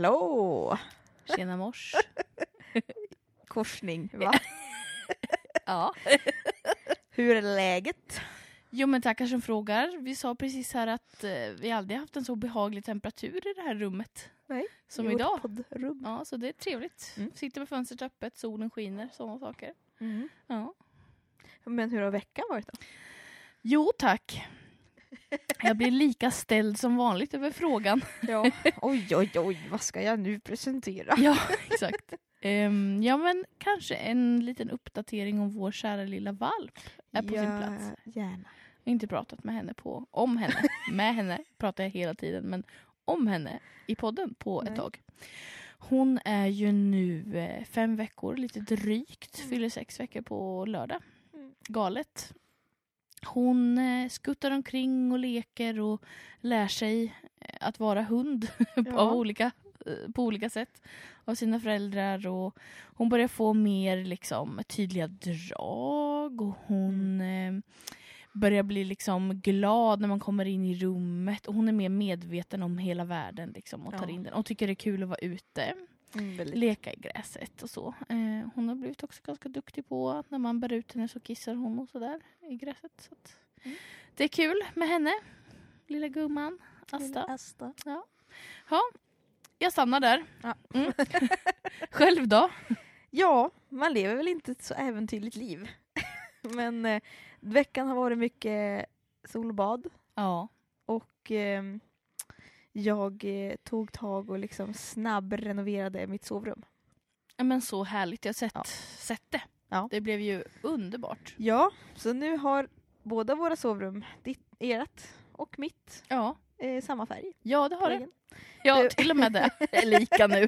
Hallå! Tjena mors. Korsning, va? Ja. Hur är läget? Jo men tackar som frågar. Vi sa precis här att vi aldrig haft en så behaglig temperatur i det här rummet. Nej. Som i idag. Poddrum. Ja, så det är trevligt. Sitter med fönstret öppet, solen skiner, sådana saker. Mm. Ja. Men hur har veckan varit då? Jo tack. Jag blir lika ställd som vanligt över frågan. Ja. Oj, vad ska jag nu presentera? Ja, exakt. Ja men kanske en liten uppdatering om vår kära lilla valp är på sin plats. Gärna. Jag har inte pratat med henne om henne. Med henne pratar jag hela tiden, men om henne i podden på ett tag. Hon är ju nu 5 veckor, lite drygt. Fyller 6 veckor på lördag. Galet. Hon skuttar omkring och leker och lär sig att vara hund på olika sätt av sina föräldrar, och hon börjar få mer liksom tydliga drag, och hon börjar bli liksom glad när man kommer in i rummet, och hon är mer medveten om hela världen liksom, och tar in den och tycker det är kul att vara ute. Leka i gräset och så. Hon har blivit också ganska duktig på att när man bär ut henne så kissar hon och sådär i gräset. Så att det är kul med henne. Lilla gumman. Asta. Ja, jag stannar där. Ja. Själv då? Ja, man lever väl inte ett så äventyrligt liv. Men veckan har varit mycket solbad. Ja. Och jag tog tag och liksom snabbrenoverade mitt sovrum. Ja, men så härligt. Jag har sett det. Ja. Det blev ju underbart. Ja, så nu har båda våra sovrum, ert och mitt, samma färg. Ja, det har det. Ja, till och med det är lika nu.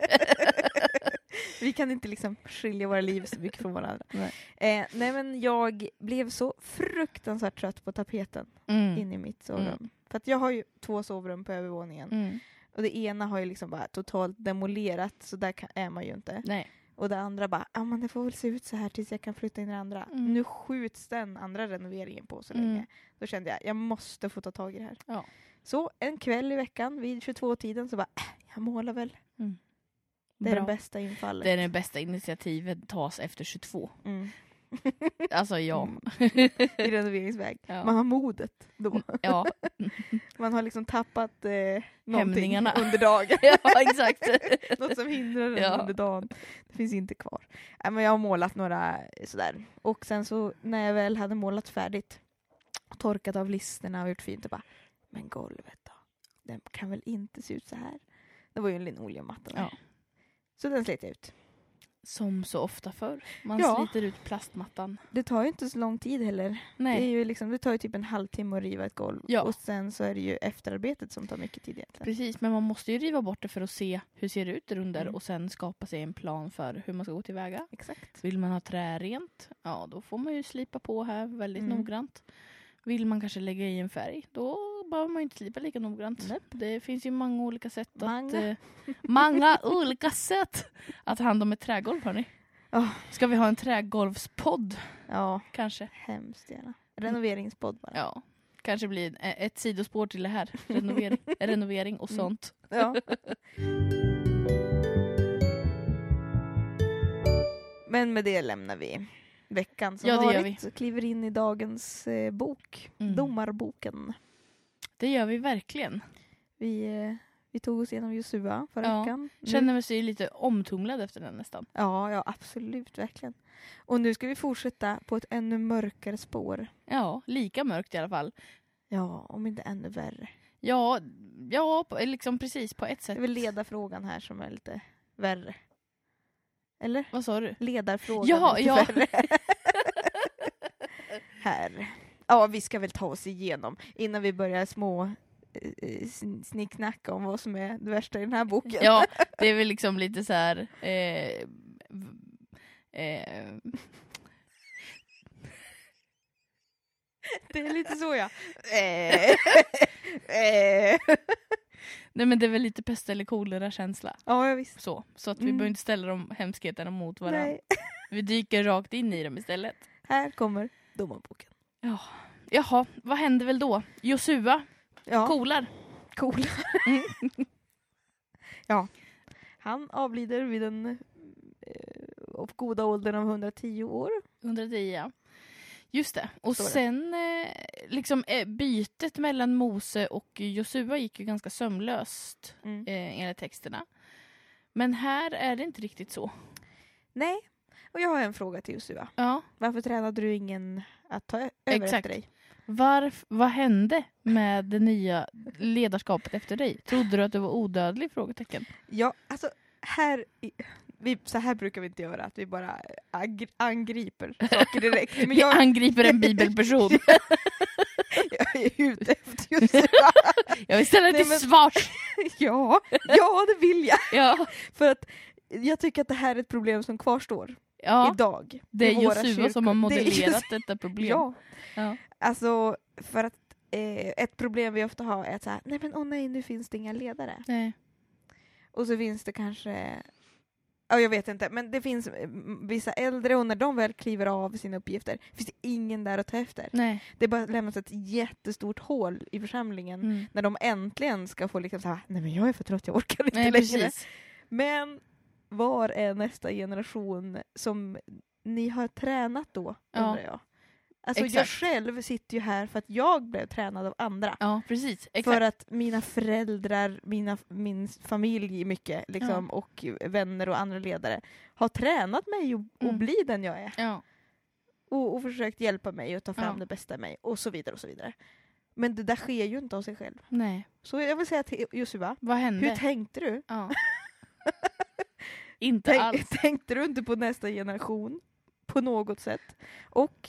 Vi kan inte liksom skilja våra liv så mycket från varandra. Nej, men jag blev så fruktansvärt trött på tapeten in i mitt sovrum. För att jag har ju 2 sovrum på övervåningen. Och det ena har ju liksom bara totalt demolerat, så där är man ju inte. Nej. Och det andra bara, men det får väl se ut så här tills jag kan flytta in i det andra. Nu skjuts den andra renoveringen på så länge. Då kände jag måste få ta tag i det här. Ja. Så en kväll i veckan vid 22-tiden så bara, jag målar väl. Det är det bästa infallet. Det är det bästa initiativet tas efter 22. Alltså I renoveringsväg. Ja. Man har modet då. Ja. Man har liksom tappat någonting Hämningarna under dagen. Ja, exakt. Något som hindrar den under dagen. Det finns inte kvar. Men jag har målat några sådär. Och sen så när jag väl hade målat färdigt och torkat av listerna och gjort fint, och bara, men golvet då? Den kan väl inte se ut så här? Det var ju en linoleummatta där. Ja. Så den slet jag ut. Som så ofta förr. Man sliter ut plastmattan. Det tar ju inte så lång tid heller. Nej. Det är ju liksom, det tar ju typ en halvtimme att riva ett golv. Ja. Och sen så är det ju efterarbetet som tar mycket tid egentligen. Precis, men man måste ju riva bort det för att se hur ser det ut under och sen skapa sig en plan för hur man ska gå tillväga. Exakt. Vill man ha trärent? Ja, då får man ju slipa på här väldigt noggrant. Vill man kanske lägga i en färg? Då behöver man ju inte slipa lika noggrant. Det finns ju många olika sätt många olika sätt att ta hand om ett trägolv, hörni. Ska vi ha en trägolvspodd? Ja. Kanske. Hemskt gärna. Renoveringspodd bara. Ja. Kanske blir ett sidospår till det här. Renovering och sånt. Ja. Men med det lämnar vi veckan som varit och kliver in i dagens bok. Domarboken. Det gör vi verkligen. Vi tog oss igenom Josua förra veckan. Känner mig sig lite omtumlad efter den nästan. Ja, absolut, verkligen. Och nu ska vi fortsätta på ett ännu mörkare spår. Ja, lika mörkt i alla fall. Ja, om inte ännu värre. Ja, liksom precis på ett sätt. Det är väl ledarfrågan här som är lite värre. Eller? Vad sa du? Ledarfrågan är lite värre. Här. Ja, vi ska väl ta oss igenom innan vi börjar snicknacka om vad som är det värsta i den här boken. Ja, det är väl liksom lite så här det är lite så, ja. Nej, men det är väl lite pest eller kolera-känsla. Ja, visst. Så att vi behöver inte ställa de hemskheterna mot varandra. Nej. Vi dyker rakt in i dem istället. Här kommer domarboken. Ja. Jaha, vad händer väl då? Josua kolar. Ja. Han avlider vid den goda åldern av 110 år. 110, ja. Just det. Och sen liksom bytet mellan Mose och Josua gick ju ganska sömlöst enligt texterna. Men här är det inte riktigt så. Nej. Och jag har en fråga till Josua. Ja. Varför tränade du ingen att ta över efter dig? Vad hände med det nya ledarskapet efter dig? Trodde du att du var odödlig? Frågetecken. Ja, alltså så här brukar vi inte göra, att vi bara angriper saker direkt. Men vi angriper en bibelperson. Jag är ute efter Josua. Jag vill ställa till svars. Ja, det vill jag. Ja. För att jag tycker att det här är ett problem som kvarstår idag. Det är Josua som har modellerat detta problem. Ja. Alltså, för att ett problem vi ofta har är att säga, nej, nu finns det inga ledare. Nej. Och så finns det kanske, jag vet inte, men det finns vissa äldre, och när de väl kliver av sina uppgifter finns det ingen där att ta efter. Nej. Det bara lämnas ett jättestort hål i församlingen när de äntligen ska få liksom säga, nej men jag är för trött, jag orkar inte längre. Precis. Men var är nästa generation som ni har tränat då, undrar jag. Alltså jag själv sitter ju här för att jag blev tränad av andra. Ja, precis. Exakt. För att mina föräldrar, min familj mycket liksom, och vänner och andra ledare har tränat mig att bli den jag är. Ja. Och försökt hjälpa mig att ta fram det bästa i mig och så vidare och så vidare. Men det där sker ju inte av sig själv. Nej. Så jag vill säga till Josua, vad hände? Hur tänkte du? Ja. Inte alls. Tänkte du inte på nästa generation på något sätt? Och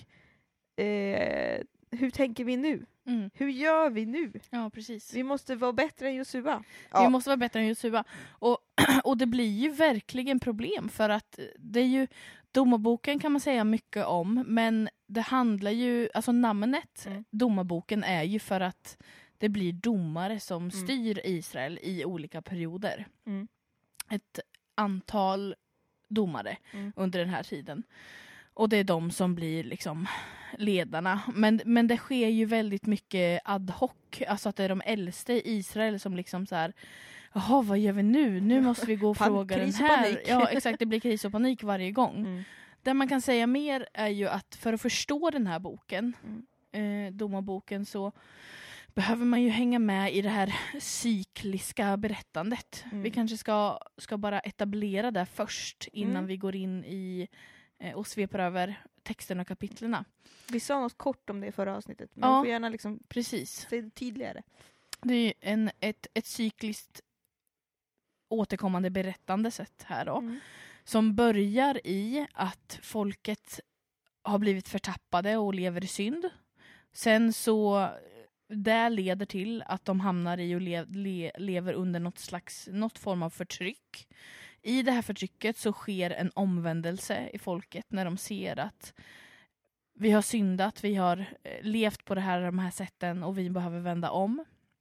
hur tänker vi nu? Hur gör vi nu? Ja, precis. Vi måste vara bättre än Josua. Vi måste vara bättre än Josua. Och det blir ju verkligen problem, för att det är ju Domarboken kan man säga mycket om, men det handlar ju, alltså namnet Domarboken är ju för att det blir domare som styr Israel i olika perioder. Ett antal domare under den här tiden. Och det är de som blir liksom ledarna. Men det sker ju väldigt mycket ad hoc. Alltså att det är de äldste i Israel som liksom så här, jaha, vad gör vi nu? Nu måste vi gå och fråga den här. Ja, exakt. Det blir kris och panik varje gång. Det man kan säga mer är ju att för att förstå den här boken, Domarboken, så behöver man ju hänga med i det här cykliska berättandet. Vi kanske ska bara etablera det först innan vi går in i och sveper över texterna och kapitlerna. Vi sa något kort om det i förra avsnittet, men vi får gärna liksom säga det tydligare. Det är ett cykliskt återkommande berättande sätt här då. Som börjar i att folket har blivit förtappade och lever i synd. Sen så det leder till att de hamnar i och lever under något form av förtryck. I det här förtrycket så sker en omvändelse i folket när de ser att vi har syndat, vi har levt på de här sätten och vi behöver vända om.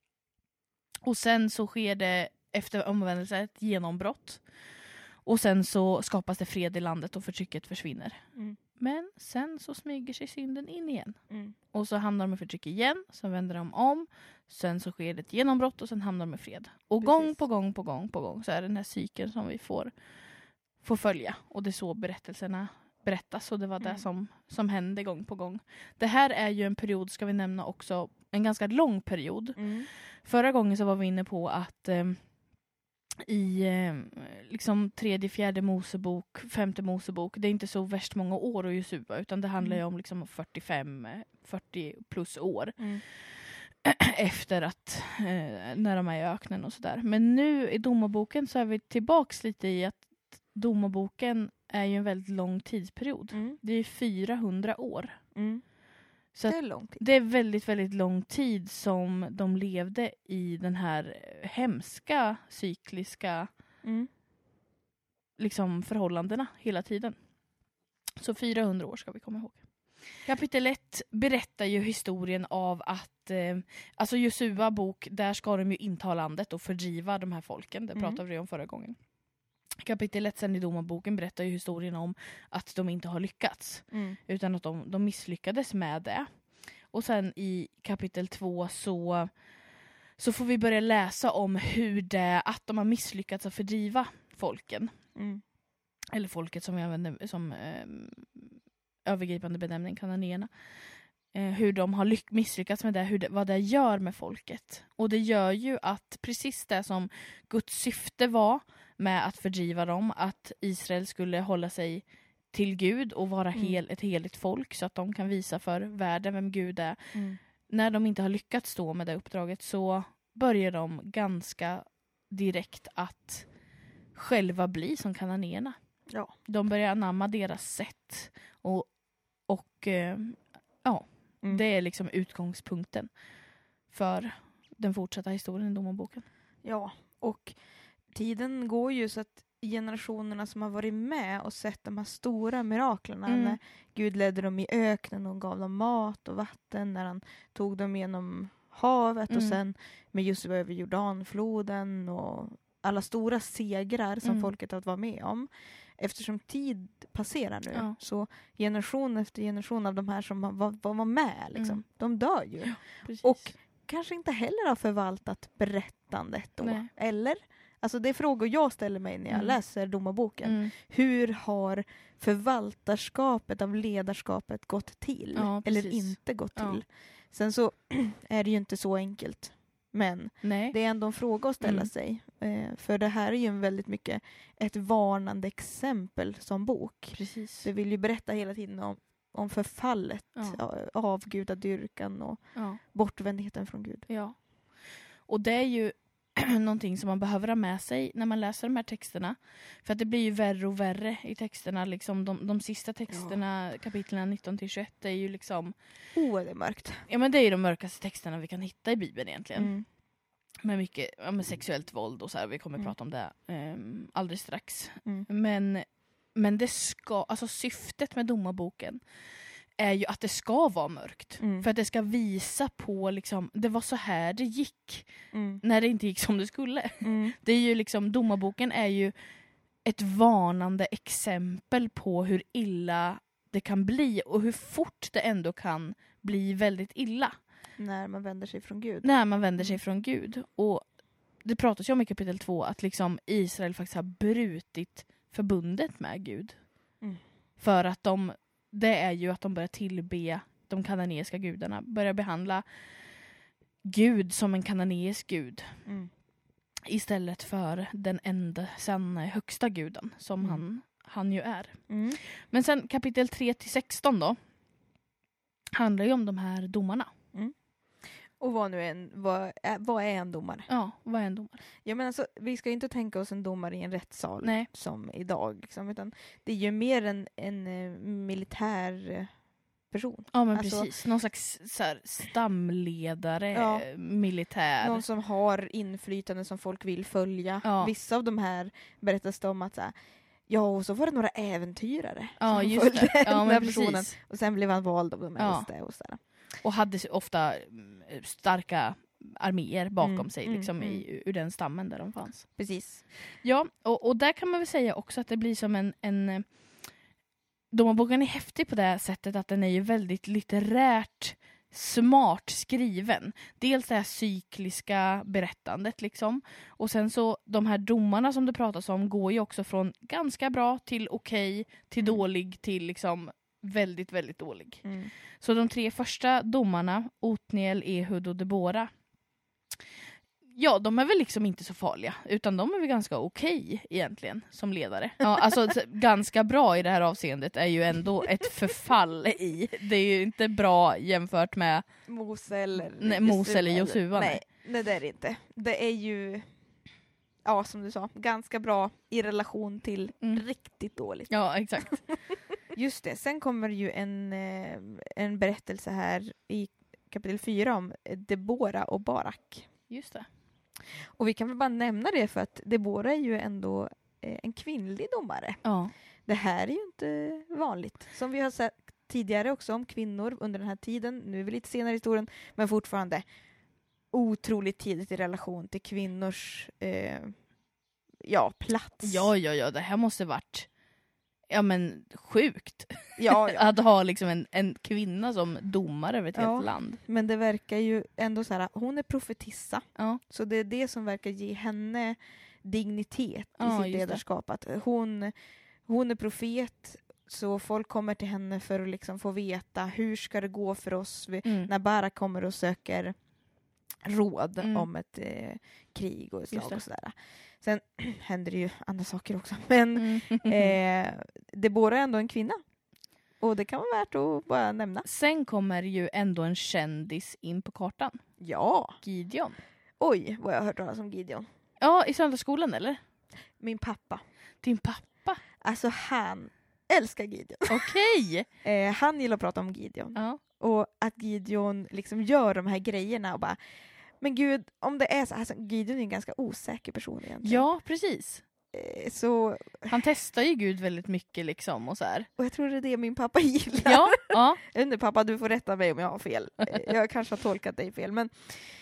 Och sen så sker det efter omvändelse ett genombrott. Och sen så skapas det fred i landet och förtrycket försvinner. Men sen så smyger sig synden in igen. Och så hamnar de i förtryck igen, så vänder de om. Sen så sker det ett genombrott och sen hamnar de i fred. Och gång på gång så är det den här cykeln som vi får följa. Och det är så berättelserna berättas, och det var det som hände gång på gång. Det här är ju en period, ska vi nämna också, en ganska lång period. Förra gången så var vi inne på att i liksom 3:e, 4:e Mosebok, 5:e Mosebok, det är inte så värst många år och Josua, utan det handlar ju om liksom 40 plus år efter att när de är i öknen och sådär. Men nu i Domarboken så är vi tillbaks lite i att Domarboken är ju en väldigt lång tidsperiod. Det är 400 år. Så det är lång tid. Det är väldigt, väldigt lång tid som de levde i den här hemska, cykliska liksom förhållandena hela tiden. Så 400 år ska vi komma ihåg. Kapitel 1 berättar ju historien av att alltså Josua bok, där ska de ju inta landet och fördriva de här folken. Det pratade vi om förra gången. Kapitel 1 sen i Domarboken berättar ju historien om att de inte har lyckats. Utan att de misslyckades med det. Och sen i kapitel 2 så får vi börja läsa om hur att de har misslyckats att fördriva folken. Eller folket som vi använder som övergripande benämning, kananéerna. Hur de har misslyckats med det, vad det gör med folket. Och det gör ju att precis det som Guds syfte var med att fördriva dem, att Israel skulle hålla sig till Gud och vara ett heligt folk så att de kan visa för världen vem Gud är. När de inte har lyckats stå med det uppdraget så börjar de ganska direkt att själva bli som kananéerna. Ja. De börjar anamma deras sätt och det är liksom utgångspunkten för den fortsatta historien i Domarboken. Ja, och tiden går ju så att generationerna som har varit med och sett de här stora miraklerna när Gud ledde dem i öknen och gav dem mat och vatten, när han tog dem genom havet och sen med Josef över Jordanfloden och alla stora segrar som folket har varit med om. Eftersom tid passerar nu så generation efter generation av de här som var med liksom, de dör ju. Ja, och kanske inte heller har förvaltat berättandet då. Nej. Eller? Alltså det är frågor jag ställer mig när jag läser Domarboken. Hur har förvaltarskapet av ledarskapet gått till? Ja, eller inte gått till? Sen så är det ju inte så enkelt. Men det är ändå en fråga att ställa sig. För det här är ju väldigt mycket ett varnande exempel som bok. Precis. Det vill ju berätta hela tiden om förfallet av gudadyrkan och bortvändheten från Gud. Ja. Och det är ju någonting som man behöver ha med sig när man läser de här texterna. För att det blir ju värre och värre i texterna. Liksom de sista texterna, kapitlen 19-21, är ju liksom... det är mörkt. Ja, men det är ju de mörkaste texterna vi kan hitta i Bibeln egentligen. Med mycket med sexuellt våld och så här. Vi kommer prata om det alldeles strax. Men det ska, alltså syftet med Domarboken är ju att det ska vara mörkt. För att det ska visa på liksom, det var så här det gick när det inte gick som det skulle. Det är ju liksom, Domarboken är ju ett varnande exempel på hur illa det kan bli och hur fort det ändå kan bli väldigt illa. När man vänder sig från Gud. När man vänder sig från Gud. Och det pratas ju om i kapitel 2 att liksom Israel faktiskt har brutit förbundet med Gud. För att det är ju att de börjar tillbe de kananeiska gudarna. Börjar behandla Gud som en kananeisk gud. Istället för den enda sanna högsta guden som han ju är. Men sen kapitel 3-16 då handlar ju om de här domarna. Och vad är en domare? Ja, vad är en domare? Ja, men alltså, vi ska inte tänka oss en domare i en rättssal som idag. Liksom, utan det är ju mer en militär person. Ja, men alltså, precis. Någon slags så här, stamledare, militär. Någon som har inflytande som folk vill följa. Ja. Vissa av de här berättas det om att så här, och så var det några äventyrare som just det. Den här personen. Och sen blev han vald av de äldste och sådär. Och hade ofta starka arméer bakom sig liksom, ur den stammen där de fanns. Precis. Ja, och där kan man väl säga också att det blir som en Domarboken är häftig på det sättet att den är ju väldigt litterärt smart skriven. Dels det här cykliska berättandet liksom. Och sen så de här domarna som det pratas om går ju också från ganska bra till okej, till dålig till liksom väldigt, väldigt dålig. Så de 3 första domarna, Otniel, Ehud och Debora, de är väl liksom inte så farliga, utan de är väl ganska okej egentligen som ledare. Ja, alltså ganska bra i det här avseendet är ju ändå ett förfall i. Det är ju inte bra jämfört med Mose eller Josua. Nej, det är det inte. Det är ju som du sa, ganska bra i relation till riktigt dåligt. Ja, exakt. Just det, sen kommer ju en berättelse här i kapitel 4 om Debora och Barak. Just det. Och vi kan väl bara nämna det för att Debora är ju ändå en kvinnlig domare. Ja. Det här är ju inte vanligt. Som vi har sett tidigare också om kvinnor under den här tiden. Nu är vi lite senare i historien, men fortfarande otroligt tidigt i relation till kvinnors plats. Ja, det här måste varit sjukt. Ja. Att ha liksom en kvinna som domare över ett helt land. Men det verkar ju ändå så här, hon är profetissa. Ja. Så det är det som verkar ge henne dignitet i sitt ledarskap. Att hon är profet, så folk kommer till henne för att liksom få veta hur ska det gå för oss när Barak kommer och söker råd om ett krig och ett slag och sådär. Sen händer det ju andra saker också. Men Deborah är ändå en kvinna. Och det kan vara värt att bara nämna. Sen kommer ju ändå en kändis in på kartan. Ja. Gideon. Oj, vad jag har hört talas om Gideon. Ja, i söndagsskolan eller? Min pappa. Din pappa? Alltså han älskar Gideon. Okej. Han gillar att prata om Gideon. Ja. Och att Gideon liksom gör de här grejerna och bara, men gud, om det är så, alltså Gideon är en ganska osäker person egentligen. Ja, precis. Så han testar ju Gud väldigt mycket liksom och så här. Och jag tror det är det min pappa gillar. Ja. Jag vet inte, pappa, du får rätta mig om jag har fel. Jag kanske har tolkat dig fel, men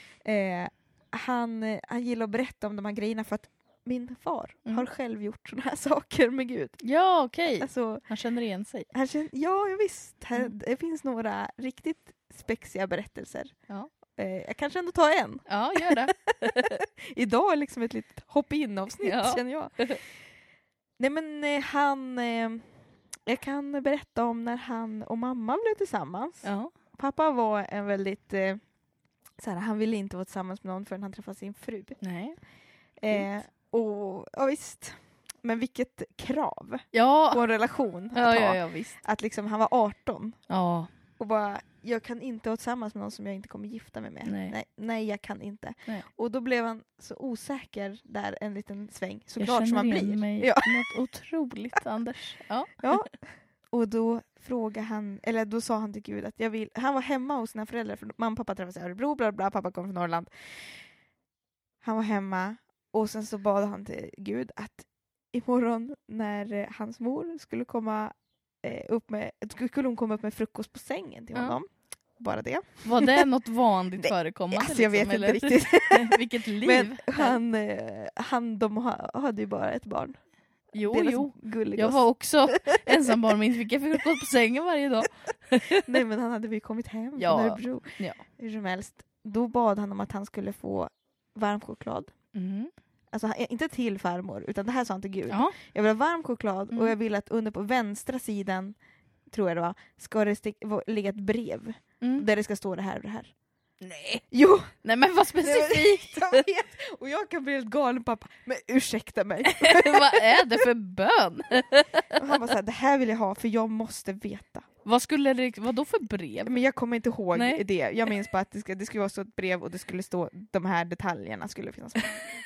han gillar att berätta om de här grejerna för att min far har själv gjort såna här saker med Gud. Ja, okej. Alltså, han känner igen sig. Ja, visst. Det finns några riktigt spexiga berättelser. Ja. Jag kanske ändå tar en. Ja, gör det. Idag är liksom ett litet hopp-in-avsnitt, känner jag. Nej, men jag kan berätta om när han och mamma blev tillsammans. Ja. Pappa var en väldigt såhär, han ville inte vara tillsammans med någon förrän han träffade sin fru. Nej. Och ja, visst. Men vilket krav på en relation att ha. Ja, visst. Att liksom han var 18. Ja. Och bara, jag kan inte vara tillsammans med någon som jag inte kommer gifta mig med. Nej, jag kan inte. Nej. Och då blev han så osäker där en liten sväng. Såklart som man blir. Jag känner igen mig något otroligt, Anders. Ja. Och då frågade han, eller då sa han till Gud att han var hemma hos sina föräldrar, för mamma och pappa träffades i Örebro, bla bla, pappa kom från Norrland. Han var hemma och sen så bad han till Gud att imorgon när hans mor skulle komma skulle hon komma upp med frukost på sängen till honom. Bara det. Var det något vanligt förekommande? Alltså, jag vet inte riktigt. Vilket liv. Men de hade ju bara ett barn. Jo. Jag var också ensambarn, men fick jag frukost på sängen varje dag. Nej, men han hade ju kommit hem från Örebro. Ja. Hur som helst. Då bad han om att han skulle få varm choklad. Alltså inte till farmor, utan det här sa han till Gud. Ja. Jag vill ha varm choklad och jag vill att under på vänstra sidan, tror jag det var, ska det ligga ett brev där det ska stå det här och det här. Nej. Jo. Nej, men vad specifikt. Jag vet. Och jag kan bli helt galen, pappa. Men ursäkta mig. Vad är det för bön? Och han var så här, det här vill jag ha för jag måste veta. Vad då för brev? Men jag kommer inte ihåg det. Jag minns bara att det skulle vara så ett brev och det skulle stå de här detaljerna skulle finnas.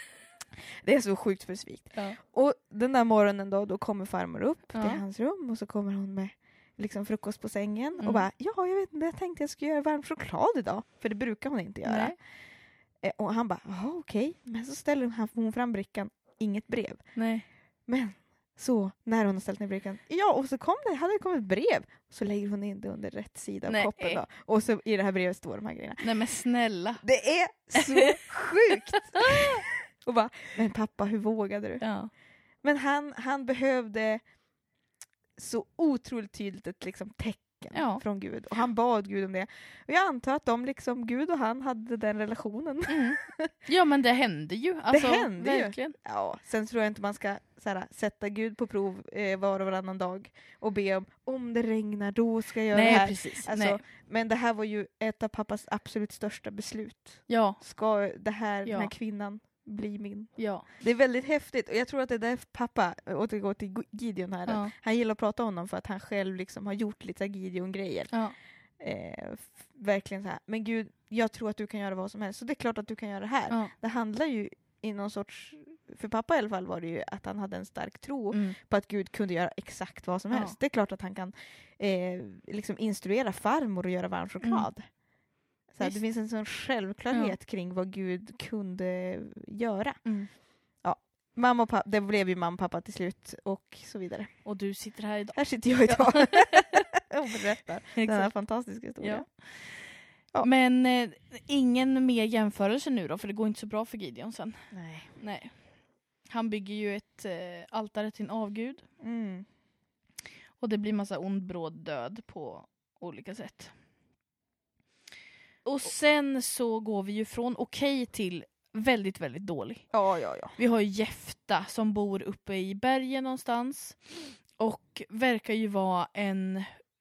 Det är så sjukt specifikt. Ja. Och den där morgonen då kommer farmor upp till hans rum och så kommer hon med liksom frukost på sängen och bara, jag vet inte, jag tänkte jag skulle göra varm choklad idag, för det brukar hon inte göra. Och han bara, okej. Men så ställer hon fram brickan, inget brev. Nej. Men så när hon har ställt ner brickan, och så hade det kommit ett brev, så lägger hon in det under rätt sida av koppen då. Och så i det här brevet står de här grejerna. Nej, men snälla. Det är så sjukt. Och bara, men pappa, hur vågade du? Ja. Men han behövde så otroligt tydligt ett liksom tecken från Gud. Och han bad Gud om det. Och jag antar att Gud och han hade den relationen. Ja, men det hände ju. Alltså, det hände verkligen. Ju. Ja, sen tror jag inte man ska sätta Gud på prov var och varannan dag och be om det regnar, då ska jag göra det här. Precis. Alltså, Nej. Men det här var ju ett av pappas absolut största beslut. Ja. Ska den här kvinnan bli min? Ja. Det är väldigt häftigt och jag tror att det är där pappa, återgår till Gideon här, han gillar att prata om honom för att han själv liksom har gjort lite Gideon-grejer. Ja. Verkligen så här, men Gud, jag tror att du kan göra vad som helst, så det är klart att du kan göra det här. Ja. Det handlar ju i någon sorts, för pappa i alla fall var det ju att han hade en stark tro på att Gud kunde göra exakt vad som helst. Det är klart att han kan liksom instruera farmor och göra varm choklad. Så här, det finns en sån självklarhet kring vad Gud kunde göra. Ja, mamma och pappa, det blev ju mamma och pappa till slut och så vidare. Och du sitter här idag. Här sitter jag idag och berättar den här fantastiska historien. Ja. Men ingen mer jämförelse nu då, för det går inte så bra för Gideon sen. Nej. Han bygger ju ett altare till en avgud. Och det blir massa ond bråd död på olika sätt. Och sen så går vi ju från okej till väldigt, väldigt dålig. Ja. Vi har Jefta som bor uppe i bergen någonstans. Och verkar ju vara en...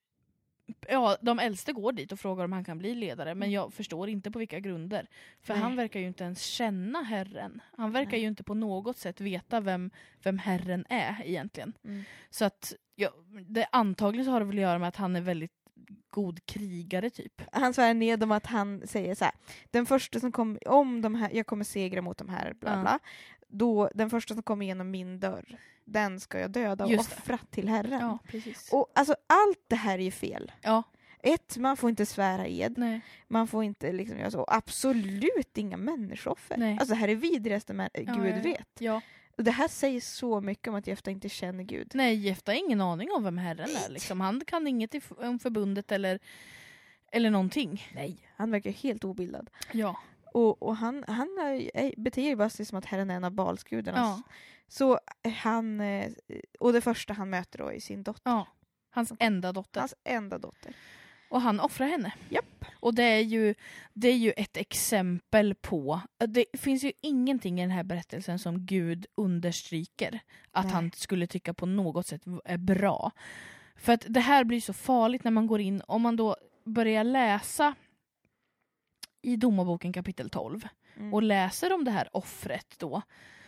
Ja, de äldste går dit och frågar om han kan bli ledare. Men jag förstår inte på vilka grunder. För han verkar ju inte ens känna Herren. Han verkar ju inte på något sätt veta vem Herren är egentligen. Så att antagligen så har det väl att göra med att han är väldigt god krigare typ. Han svär ned om att han säger så här: den första som kommer, om de här, jag kommer segra mot de här bla bla, då den första som kommer igenom min dörr, den ska jag döda och offra till Herren. Ja, precis. Och alltså allt det här är ju fel. Ja. Man får inte svära ed. Nej. Man får inte liksom göra så. Absolut inga människooffer. Nej. Alltså det här är vidrigaste Gud vet. Ja. Och det här säger så mycket om att Jefta inte känner Gud. Nej, Jefta har ingen aning om vem Herren är. Liksom. Han kan inget om förbundet eller någonting. Nej, han verkar helt obildad. Ja. Och han beter ju bara sig som att Herren är en av balsgudarna. Ja. Så han... Och det första han möter då är sin dotter. Ja. Hans enda dotter. Och han offrar henne. Japp. Och det är ju ett exempel på... Det finns ju ingenting i den här berättelsen som Gud understryker att han skulle tycka på något sätt är bra. För att det här blir så farligt när man går in... Om man då börjar läsa i Domarboken kapitel 12 och läser om det här offret då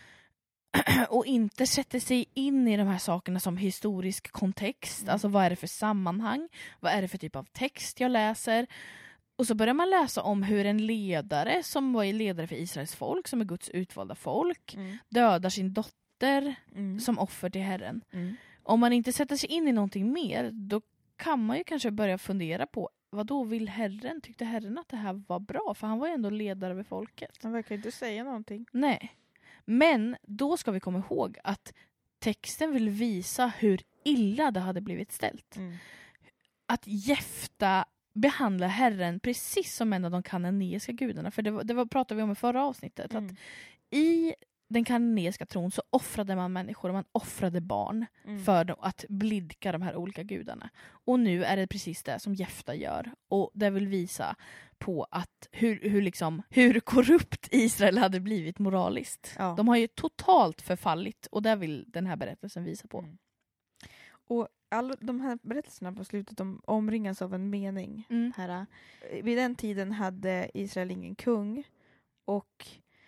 och inte sätter sig in i de här sakerna som historisk kontext. Alltså vad är det för sammanhang? Vad är det för typ av text jag läser? Och så börjar man läsa om hur en ledare som var ledare för Israels folk, som är Guds utvalda folk, dödar sin dotter som offer till Herren. Om man inte sätter sig in i någonting mer, då kan man ju kanske börja fundera på vad då vill Herren? Tyckte Herren att det här var bra? För han var ju ändå ledare över folket. Han verkar inte säga någonting. Nej. Men då ska vi komma ihåg att texten vill visa hur illa det hade blivit ställt. Att Jefta behandlar Herren precis som en av de kananeiska gudarna. För det pratade vi om i förra avsnittet. Att i den kananeiska tron så offrade man människor och man offrade barn för att blidka de här olika gudarna. Och nu är det precis det som Jefta gör. Och det vill visa på att hur korrupt Israel hade blivit moraliskt. Ja. De har ju totalt förfallit och det vill den här berättelsen visa på. Och alla de här berättelserna på slutet omringas av en mening. Här, vid den tiden hade Israel ingen kung och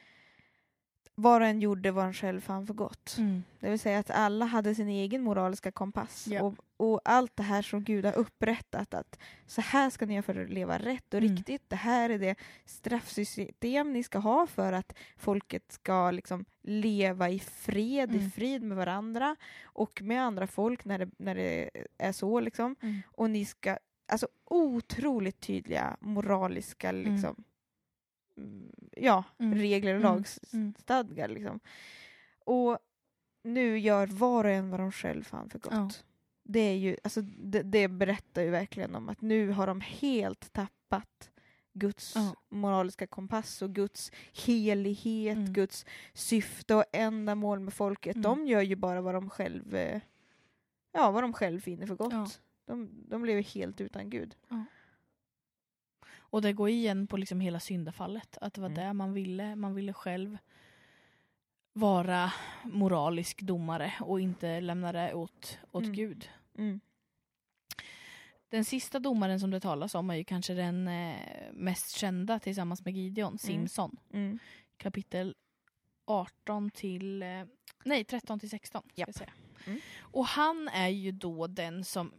var en gjorde vad han själv fann för gott. Det vill säga att alla hade sin egen moraliska kompass. Ja. Och allt det här som Gud har upprättat, att så här ska ni göra för att leva rätt och riktigt. Det här är det straffsystem ni ska ha för att folket ska liksom leva i frid med varandra och med andra folk när det är så liksom. Och ni ska, alltså otroligt tydliga moraliska liksom regler och lagstadgar liksom. Och nu gör var och en vad de själv fann för gott. Ja. Det är ju, alltså det berättar ju verkligen om att nu har de helt tappat Guds moraliska kompass och Guds helighet, Guds syfte och ändamål med folket. De gör ju bara vad de själv finner för gott. Ja. De lever helt utan Gud. Ja. Och det går igen på liksom hela syndafallet. Att det var det man ville. Man ville själv vara moralisk domare och inte lämna det åt Gud. Den sista domaren som det talas om är ju kanske den mest kända tillsammans med Gideon, Simson. Kapitel 13 till 16. Ska jag säga. Och han är ju då den som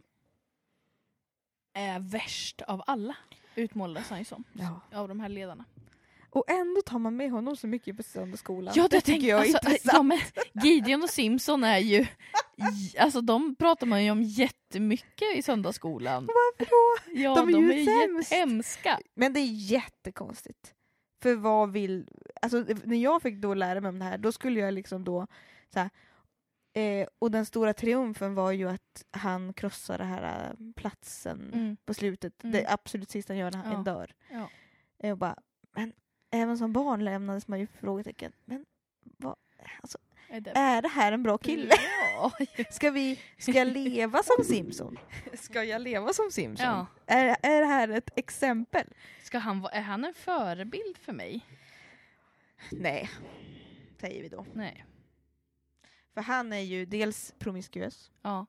är värst av alla. Utmålades han ju som av de här ledarna. Och ändå tar man med honom så mycket på söndagsskolan. Ja, det tycker jag är intressant. Gideon och Simson är ju... Alltså de pratar man ju om jättemycket i söndagsskolan. Varför då? Ja, de är ju hemska. Men det är jättekonstigt. För vad vill... Alltså när jag fick då lära mig om det här, då skulle jag liksom då... Så här, och den stora triumfen var ju att han krossar det här platsen på slutet. Det absolut sista han gör när han dör. Ja. Och bara, men även som barn lämnades man ju frågetecken. Men vad, alltså, är det här en bra kille? Ja. Ska jag leva som Simpson? Ska jag leva som Simpson? Ja. Är det här ett exempel? Är han en förebild för mig? Nej, säger vi då. Nej. För han är ju dels promiskuös. Ja.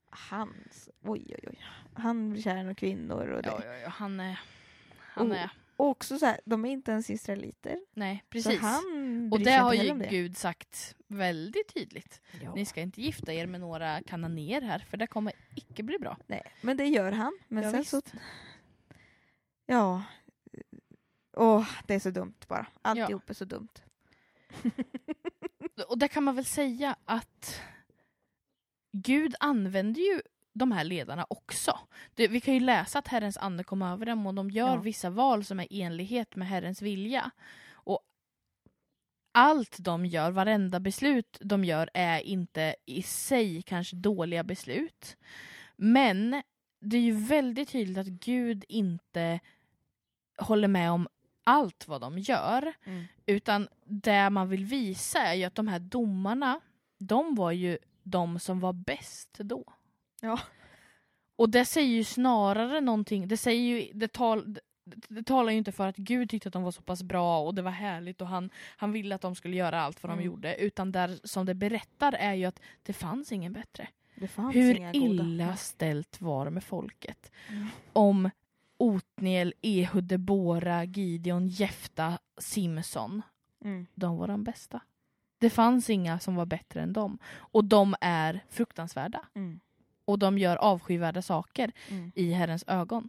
Han blir kär i kvinnor. Och det. Ja, han är... Och också så här, de är inte ens israeliter. Nej, precis. Och det har ju Gud sagt väldigt tydligt. Ja. Ni ska inte gifta er med några kananer här, för det kommer icke bli bra. Nej, men det gör han. Men ja, sen visst. så... Ja. Det är så dumt bara. Alltihop är så dumt. Och där kan man väl säga att Gud använder ju de här ledarna också. Vi kan ju läsa att Herrens ande kom över dem och de gör vissa val som är i enlighet med Herrens vilja. Och allt de gör, varenda beslut de gör är inte i sig kanske dåliga beslut. Men det är ju väldigt tydligt att Gud inte håller med om allt vad de gör. Utan det man vill visa är ju att de här domarna, de var ju de som var bäst då. Ja. Och det säger ju snarare någonting, det talar ju inte för att Gud tyckte att de var så pass bra och det var härligt och han ville att de skulle göra allt vad de gjorde, utan där som det berättar är ju att det fanns ingen bättre. Hur illa ställt var med folket. Om Otniel, Ehud, Debora, Gideon, Jefta, Simson. De var de bästa. Det fanns inga som var bättre än dem. Och de är fruktansvärda. Och de gör avskyvärda saker i Herrens ögon.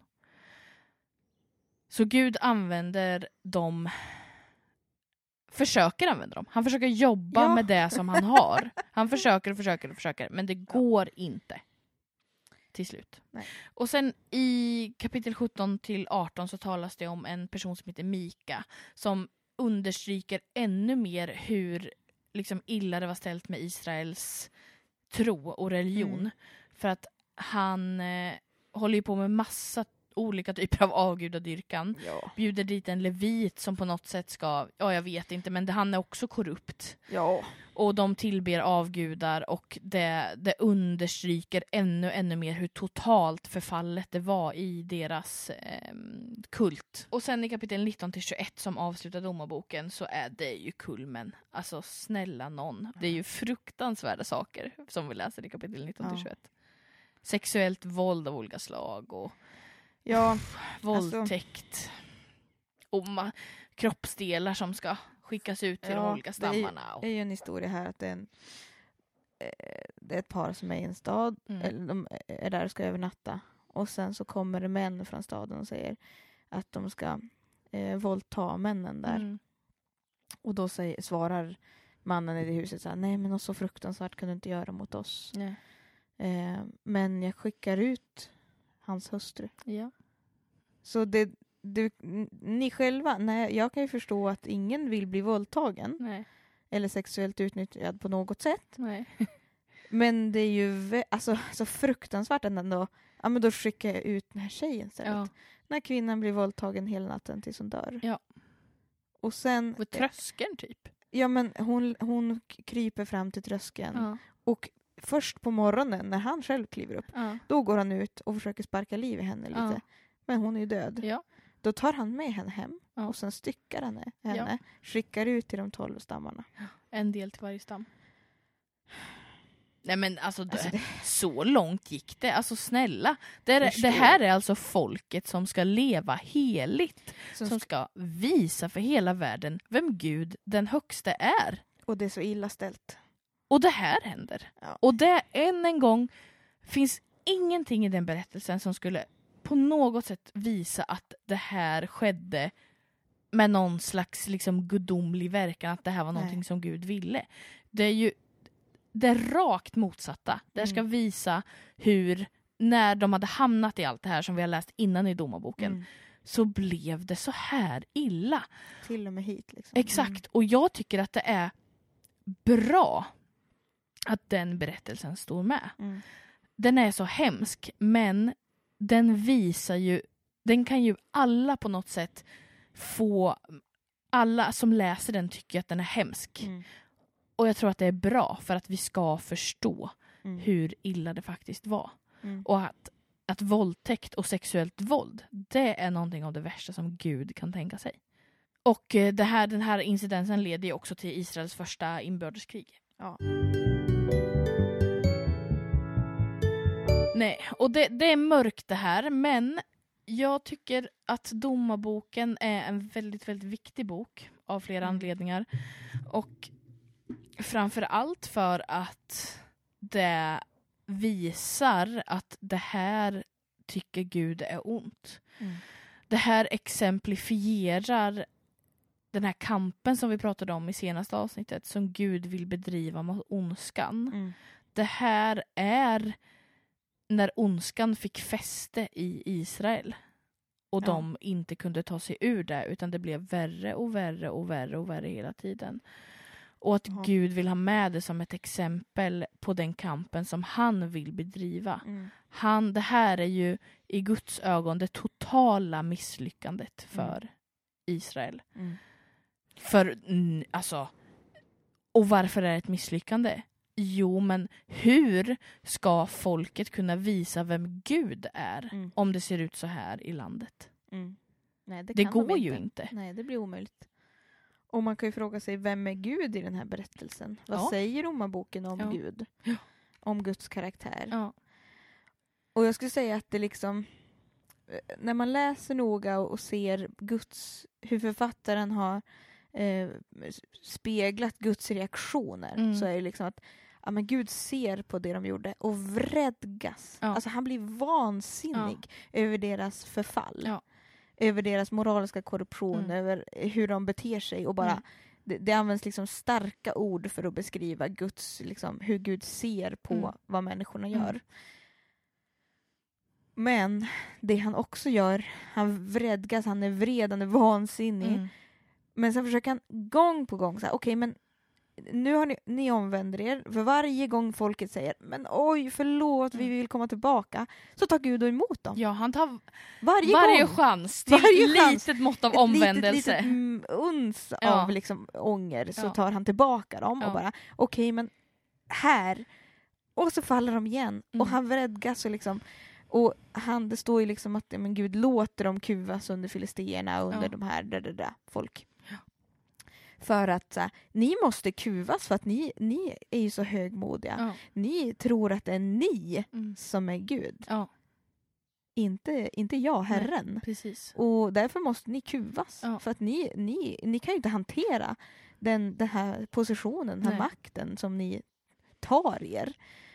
Så Gud använder dem. Försöker använda dem. Han försöker jobba med det som han har. Han försöker. Men det går inte. Till slut. Nej. Och sen i kapitel 17-18 så talas det om en person som heter Mika. Som understryker ännu mer hur liksom illa det var ställt med Israels tro och religion. För att han håller ju på med massa olika typer av avgudadyrkan. Bjuder dit en levit som på något sätt ska, jag vet inte, men han är också korrupt. Och de tillber avgudar och det understryker ännu mer hur totalt förfallet det var i deras kult. Och sen i kapitel 19-21 som avslutar domarboken så är det ju kulmen. Alltså snälla någon. Det är ju fruktansvärda saker som vi läser i kapitel 19-21. Sexuellt våld av olika slag och våldtäkt. Och kroppsdelar som ska skickas ut till de olika stammarna. Det är ju en historia här att det är ett par som är i en stad. Eller de är där och ska övernatta. Och sen så kommer det män från staden och säger att de ska våldta männen där. Och då svarar mannen i det huset så här, nej men något så fruktansvärt kan du inte göra mot oss. Men jag skickar ut hans hustru. Ja. Så ni själva, nej, jag kan ju förstå att ingen vill bli våldtagen. Nej. Eller sexuellt utnyttjad på något sätt. Nej. Men det är ju så fruktansvärt ändå. Ja, men då skickar jag ut den här tjejen istället. Ja. När kvinnan blir våldtagen hela natten tills hon dör. Ja. Och sen... På tröskeln typ. Ja, men hon kryper fram till tröskeln. Ja. Och först på morgonen när han själv kliver upp, då går han ut och försöker sparka liv i henne lite. Ja. Men hon är ju död. Ja. Då tar han med henne hem och sen styckar han henne. Skickar ut till de 12 stammarna. En del till varje stam. Nej men alltså så långt gick det. Alltså snälla. Det här är alltså folket som ska leva heligt. Som ska visa för hela världen vem Gud den högste är. Och det är så illa ställt. Och det här händer. Ja. Och det än en gång finns ingenting i den berättelsen som skulle på något sätt visa att det här skedde med någon slags liksom gudomlig verkan, att det här var någonting som Gud ville. Det är ju det rakt motsatta. Det ska visa hur när de hade hamnat i allt det här som vi har läst innan i domarboken så blev det så här illa. Till och med hit. Liksom. Exakt. Och jag tycker att det är bra att den berättelsen står med. Den är så hemsk, men den visar ju, den kan ju alla på något sätt få, alla som läser den tycker att den är hemsk. Och jag tror att det är bra för att vi ska förstå hur illa det faktiskt var. Och att våldtäkt och sexuellt våld, det är någonting av det värsta som Gud kan tänka sig. Och den här incidensen leder ju också till Israels första inbördeskrig. Ja. Nej, och det är mörkt det här, men jag tycker att Domarboken är en väldigt, väldigt viktig bok av flera anledningar. Och framför allt för att det visar att det här tycker Gud är ont. Det här exemplifierar den här kampen som vi pratade om i senaste avsnittet som Gud vill bedriva mot ondskan. Det här är när ondskan fick fäste i Israel och de inte kunde ta sig ur det, utan det blev värre och värre och värre och värre hela tiden. Och att Gud vill ha med det som ett exempel på den kampen som han vill bedriva. Det här är ju i Guds ögon det totala misslyckandet för Israel. För alltså, och varför är det ett misslyckande? Jo, men hur ska folket kunna visa vem Gud är om det ser ut så här i landet? Nej, det går ju inte. Nej, det blir omöjligt. Och man kan ju fråga sig, vem är Gud i den här berättelsen? Vad säger Domarboken om Gud? Om Guds karaktär? Ja. Och jag skulle säga att det liksom, när man läser noga och ser hur författaren har speglat Guds reaktioner, så är det liksom att men Gud ser på det de gjorde och vredgas. Alltså han blir vansinnig över deras förfall. Över deras moraliska korruption, över hur de beter sig och bara det används liksom starka ord för att beskriva Guds, liksom, hur Gud ser på vad människorna gör. Men det han också gör, han vredgas, han är vred, han är vansinnig. Men sen försöker han gång på gång säga, okej, men nu har ni omvänder er. För varje gång folket säger, men oj, förlåt, vi vill komma tillbaka, så tar Gud emot dem. Ja, han tar varje chans till litet mått av omvändelse. Litet uns av liksom ånger, så tar han tillbaka dem och bara, okej, men här. Och så faller de igen. Och han vredgas och liksom, och det står ju liksom att men Gud låter dem kuvas under filisterna och under de här folk. För att ni måste kuvas för att ni är ju så högmodiga. Ni tror att det är ni som är Gud. Inte jag, Herren. Nej, precis. Och därför måste ni kuvas. För att ni kan ju inte hantera den här positionen, den här makten som ni tar er.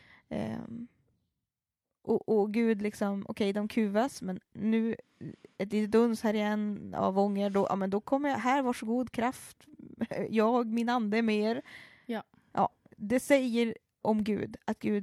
Och Gud liksom, okej, de kuvas, men nu ett litet uns här igen av ånger, då kommer jag här, varsågod, kraft, min ande är med er. Ja, det säger om Gud,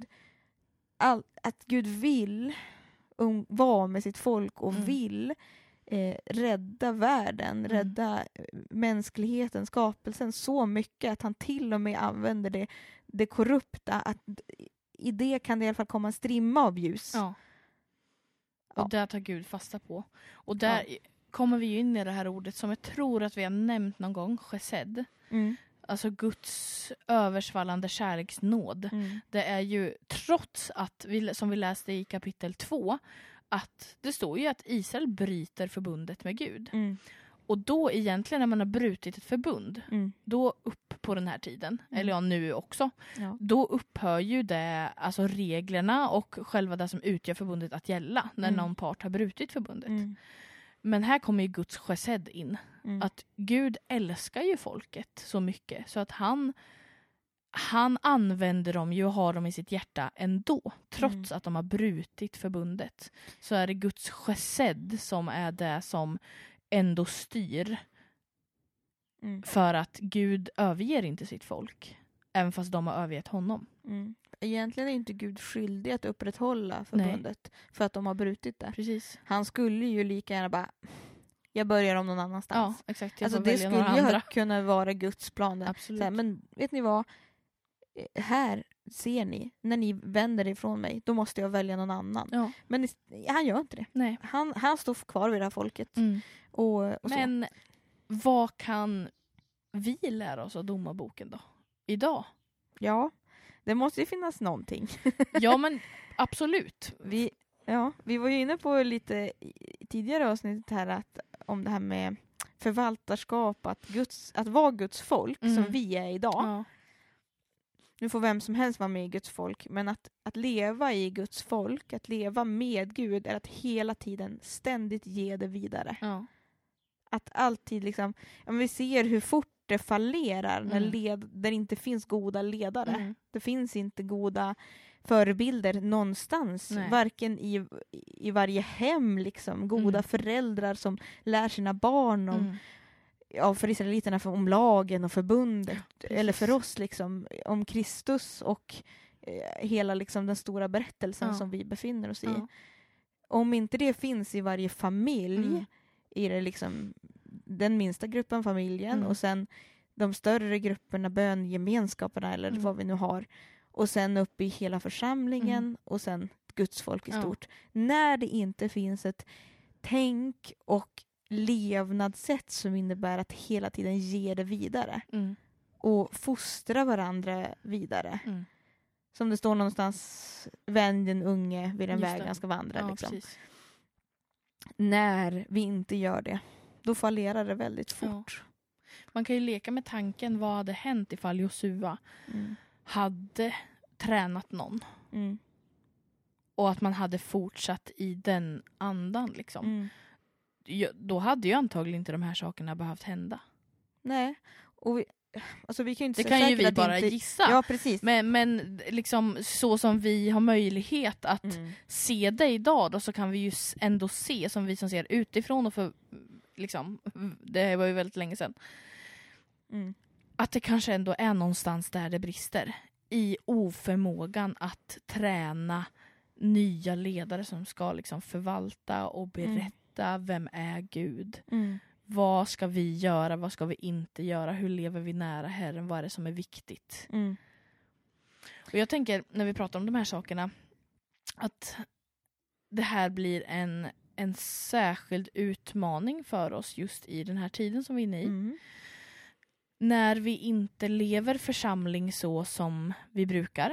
att Gud vill vara med sitt folk och vill rädda världen, rädda mänskligheten, skapelsen så mycket att han till och med använder det korrupta, att i det kan det i alla fall komma en strimma av ljus. Och där tar Gud fasta på. Och där kommer vi ju in i det här ordet som jag tror att vi har nämnt någon gång, chesed. Alltså Guds översvallande kärleksnåd. Det är ju trots att, som vi läste i kapitel 2, att det står ju att Israel bryter förbundet med Gud. Och då egentligen när man har brutit ett förbund, då upp på den här tiden, eller nu också, då upphör ju det, alltså reglerna och själva det som utgör förbundet att gälla när någon part har brutit förbundet. Men här kommer ju Guds chesed in. Att Gud älskar ju folket så mycket så att han använder dem ju och har dem i sitt hjärta ändå. Trots att de har brutit förbundet. Så är det Guds chesed som är det som ändå styr. För att Gud överger inte sitt folk. Även fast de har övergett honom. Egentligen är inte Gud skyldig att upprätthålla förbundet. För att de har brutit det. Precis. Han skulle ju lika gärna bara, jag börjar om någon annanstans. Ja, exakt. Alltså det skulle ju kunna vara Guds plan. Absolut. Såhär, men vet ni vad? Här ser ni, när ni vänder ifrån mig, då måste jag välja någon annan. Men han gör inte det. Nej. Han står kvar vid det här folket. Och men vad kan vi lära oss av Domarboken då? Idag? Ja, det måste ju finnas någonting. Ja, men absolut. Vi var ju inne på lite tidigare avsnitt här om det här med förvaltarskap, att vara Guds folk som vi är idag. Ja. Nu får vem som helst vara med i Guds folk, men att leva i Guds folk, att leva med Gud är att hela tiden ständigt ge det vidare. Ja. Att alltid liksom, vi ser hur fort det fallerar när det inte finns goda ledare. Det finns inte goda förebilder någonstans. Nej. Varken i varje hem liksom. Goda föräldrar som lär sina barn om för israeliterna om lagen och förbundet. Eller för oss liksom om Kristus och hela liksom den stora berättelsen som vi befinner oss i. Om inte det finns i varje familj i det liksom den minsta gruppen, familjen, och sen de större grupperna, böngemenskaperna eller vad vi nu har, och sen upp i hela församlingen och sen Guds folk i stort. När det inte finns ett tänk och levnadssätt som innebär att hela tiden ge det vidare och fostra varandra vidare. Som det står någonstans, vänd den unge vid den väg han ska vandra. Ja, liksom. När vi inte gör det, då fallerar det väldigt fort. Ja. Man kan ju leka med tanken, vad hade hänt ifall Josua hade tränat någon. Och att man hade fortsatt i den andan. Liksom. Då hade ju antagligen inte de här sakerna behövt hända. Nej, och vi kan ju inte det kan ju vi bara gissa. Ja, precis. Men liksom, så som vi har möjlighet att se det idag, då, så kan vi ju ändå se, som vi som ser utifrån, och för liksom, det var ju väldigt länge sedan, att det kanske ändå är någonstans där det brister i oförmågan att träna nya ledare som ska liksom förvalta och berätta vem är Gud. Vad ska vi göra? Vad ska vi inte göra? Hur lever vi nära Herren? Vad är det som är viktigt? Och jag tänker, när vi pratar om de här sakerna, att det här blir en särskild utmaning för oss just i den här tiden som vi är inne i. När vi inte lever församling så som vi brukar,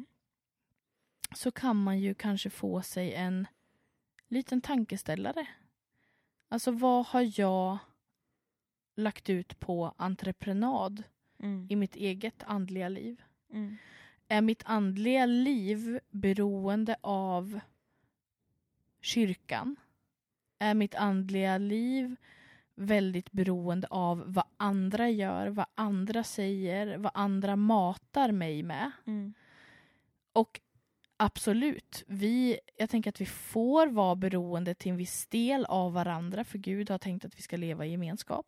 så kan man ju kanske få sig en liten tankeställare. Alltså, vad har jag lagt ut på entreprenad i mitt eget andliga liv? Är mitt andliga liv beroende av kyrkan? Är mitt andliga liv väldigt beroende av vad andra gör, vad andra säger, vad andra matar mig med? Och absolut, jag tänker att vi får vara beroende till en viss del av varandra, för Gud har tänkt att vi ska leva i gemenskap.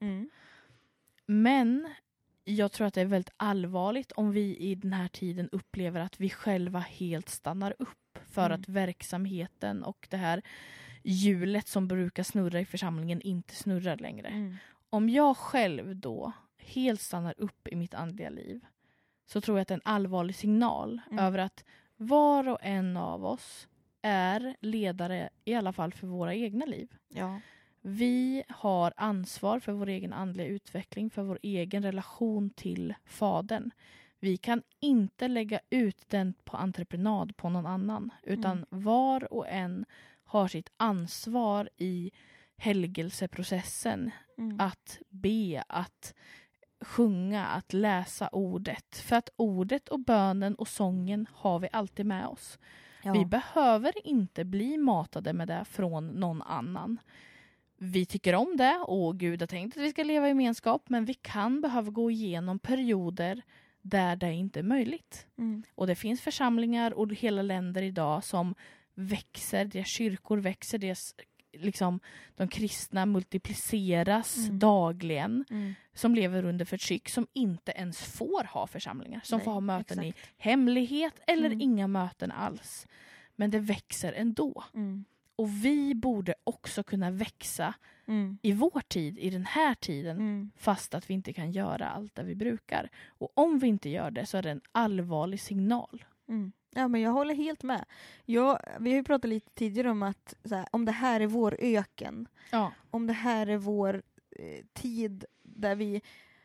Men jag tror att det är väldigt allvarligt om vi i den här tiden upplever att vi själva helt stannar upp för att verksamheten och det här hjulet som brukar snurra i församlingen inte snurrar längre. Om jag själv då helt stannar upp i mitt andliga liv, så tror jag att det är en allvarlig signal över att var och en av oss är ledare, i alla fall för våra egna liv. Ja. Vi har ansvar för vår egen andliga utveckling, för vår egen relation till Fadern. Vi kan inte lägga ut den på entreprenad på någon annan, utan var och en har sitt ansvar i helgelseprocessen. Att be, att sjunga, att läsa ordet. För att ordet och bönen och sången har vi alltid med oss. Ja. Vi behöver inte bli matade med det från någon annan. Vi tycker om det och Gud har tänkt att vi ska leva i gemenskap, men vi kan behöva gå igenom perioder där det inte är möjligt. Och det finns församlingar och hela länder idag som växer, deras kyrkor växer, deras, liksom, de kristna multipliceras dagligen, som lever under förtryck, som inte ens får ha församlingar, som får ha möten i hemlighet eller inga möten alls. Men det växer ändå. Och vi borde också kunna växa i vår tid, i den här tiden, fast att vi inte kan göra allt det vi brukar. Och om vi inte gör det så är det en allvarlig signal. Ja, men jag håller helt med. Vi har ju pratat lite tidigare om att om det här är vår öken. Ja. Om det här är vår tid där vi...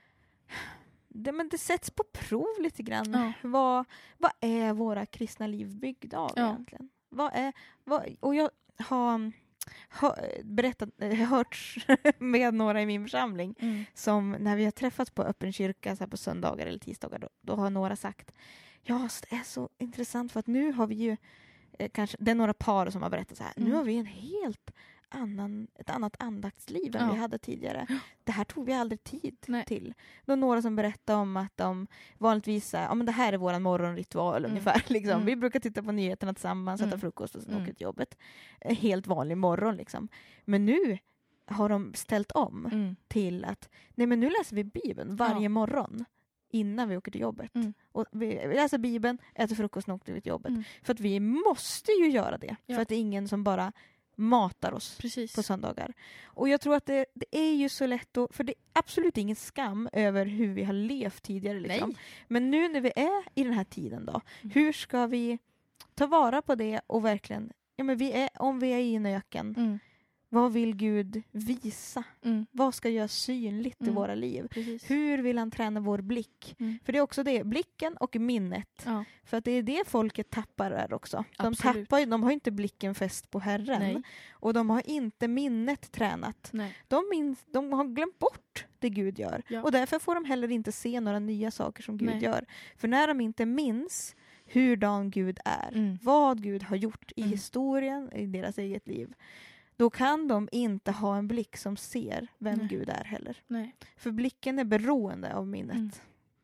Det sätts på prov lite grann. Ja. Vad är våra kristna liv byggda av egentligen? Och jag har hört med några i min församling som när vi har träffats på öppen kyrka så här på söndagar eller tisdagar, då har några sagt det är så intressant för att nu har vi ju kanske, det är några par som har berättat så här, nu har vi en helt ett annat andaktsliv än vi hade tidigare. Det här tog vi aldrig tid till. Det var några som berättade om att de vanligtvis men det här är våran morgonritual ungefär. Liksom. Vi brukar titta på nyheterna tillsammans, äta frukost och sen åka till jobbet. En helt vanlig morgon liksom. Men nu har de ställt om till att nej men nu läser vi Bibeln varje morgon innan vi åker till jobbet. Och vi läser Bibeln, äter frukost och åker till jobbet. För att vi måste ju göra det. För att det är ingen som bara matar oss på söndagar. Och jag tror att det är ju så lätt för det är absolut ingen skam över hur vi har levt tidigare. Liksom. Men nu när vi är i den här tiden då, hur ska vi ta vara på det och verkligen, om vi är i en öken, vad vill Gud visa? Vad ska göra synligt i våra liv? Precis. Hur vill han träna vår blick? För det är också det, blicken och minnet. Ja. För att det är det folket tappar där också. De har inte blicken fäst på Herren. Nej. Och de har inte minnet tränat. De har glömt bort det Gud gör. Ja. Och därför får de heller inte se några nya saker som Gud gör. För när de inte minns hurdan Gud är, vad Gud har gjort i historien, i deras eget liv, då kan de inte ha en blick som ser vem Gud är heller. Nej. För blicken är beroende av minnet.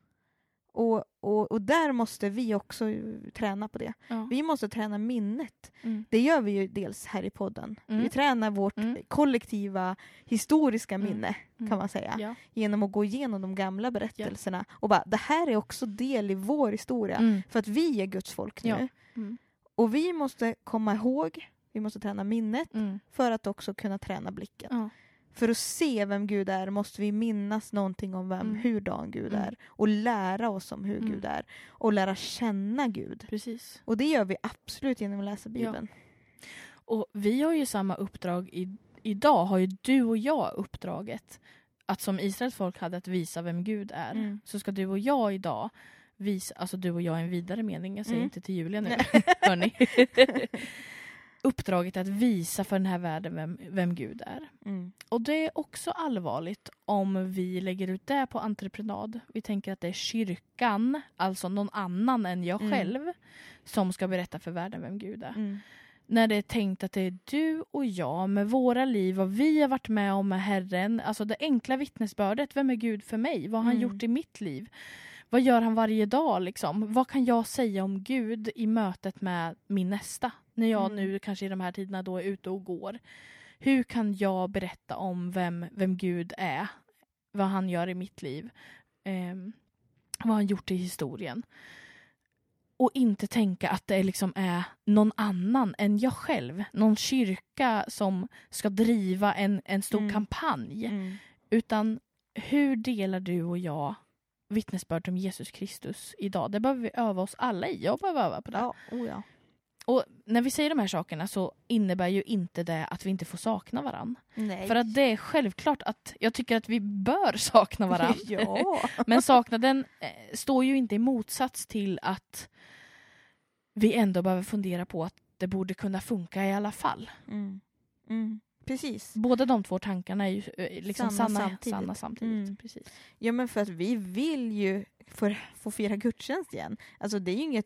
Och där måste vi också träna på det. Ja. Vi måste träna minnet. Det gör vi ju dels här i podden. Vi tränar vårt kollektiva historiska minne, kan man säga. Ja. Genom att gå igenom de gamla berättelserna. Och bara, det här är också del i vår historia. För att vi är Guds folk nu. Ja. Och vi måste komma ihåg, vi måste träna minnet för att också kunna träna blicken. Ja. För att se vem Gud är måste vi minnas någonting om hurdan Gud är. Och lära oss om hur Gud är. Och lära känna Gud. Precis. Och det gör vi absolut genom att läsa Bibeln. Ja. Och vi har ju samma uppdrag. Idag har ju du och jag uppdraget att som Israels folk hade att visa vem Gud är. Så ska du och jag idag visa, alltså du och jag i en vidare mening. Jag säger inte till Julia nu. Hörni. Uppdraget att visa för den här världen vem Gud är. Och det är också allvarligt om vi lägger ut det på entreprenad. Vi tänker att det är kyrkan, alltså någon annan än jag själv, som ska berätta för världen vem Gud är. När det är tänkt att det är du och jag med våra liv och vi har varit med om med Herren. Alltså det enkla vittnesbördet, vem är Gud för mig? Vad har han gjort i mitt liv? Vad gör han varje dag liksom? Vad kan jag säga om Gud i mötet med min nästa? När jag nu kanske i de här tiderna då är ute och går. Hur kan jag berätta om vem Gud är? Vad han gör i mitt liv? Vad han gjort i historien? Och inte tänka att det liksom är någon annan än jag själv. Någon kyrka som ska driva en stor kampanj. Utan hur delar du och jag vittnesbörd om Jesus Kristus idag? Det behöver vi öva oss alla i. Jag behöver öva på det. Ja. Och när vi säger de här sakerna så innebär ju inte det att vi inte får sakna varann. Nej. För att det är självklart att jag tycker att vi bör sakna varann. Ja. Men saknaden står ju inte i motsats till att vi ändå behöver fundera på att det borde kunna funka i alla fall. Precis. Båda de två tankarna är ju liksom sanna samtidigt. Precis. Ja, men för att vi vill ju få fira gudstjänst igen. Alltså det är ju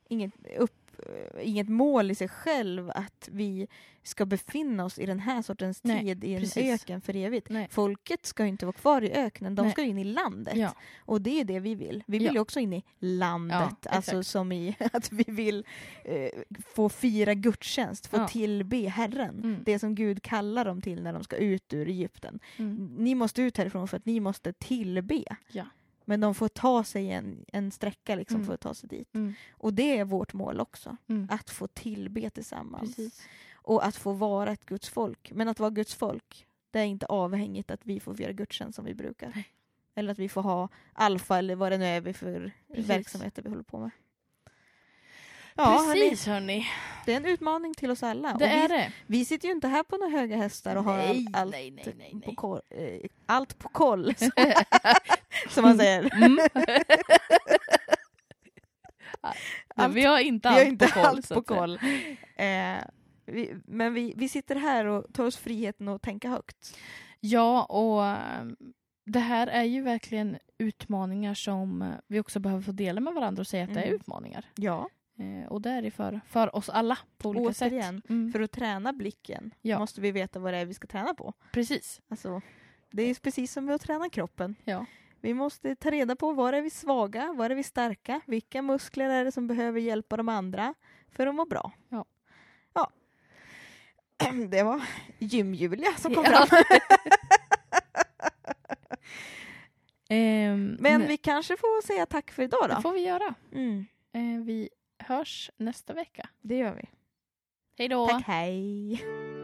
inget mål i sig själv att vi ska befinna oss i den här sortens tid i en öken för evigt. Nej. Folket ska ju inte vara kvar i öknen, de ska in i landet. Ja. Och det är det vi vill. Vi vill ju också in i landet, alltså som i att vi vill få fira gudstjänst, få tillbe Herren. Det som Gud kallar dem till när de ska ut ur Egypten. Ni måste ut härifrån för att ni måste tillbe. Ja. Men de får ta sig en sträcka liksom för att ta sig dit. Och det är vårt mål också. Att få tillbe tillsammans. Precis. Och att få vara ett Guds folk. Men att vara Guds folk, det är inte avhängigt att vi får fira gudstjänst som vi brukar. Nej. Eller att vi får ha alfa eller vad det nu är för verksamheter vi håller på med. Ja, precis hörni. Det är en utmaning till oss alla. Det är det. Vi sitter ju inte här på några höga hästar och har allt på koll. Som man säger. Vi har inte allt på koll. Men vi sitter här och tar oss friheten att tänka högt. Ja, och det här är ju verkligen utmaningar som vi också behöver få dela med varandra och säga att det är utmaningar. Ja. Och det är det för oss alla på olika sätt. För att träna blicken måste vi veta vad det är vi ska träna på. Precis. Alltså, det är precis som med att träna kroppen. Ja. Vi måste ta reda på var är vi svaga, var är vi starka, vilka muskler är det som behöver hjälpa de andra för att må bra. Ja. Det var Gym-Julia som kom fram. Men vi kanske får säga tack för idag då. Det får vi göra. Vi hörs nästa vecka. Det gör vi. Hej då. Tack, hej.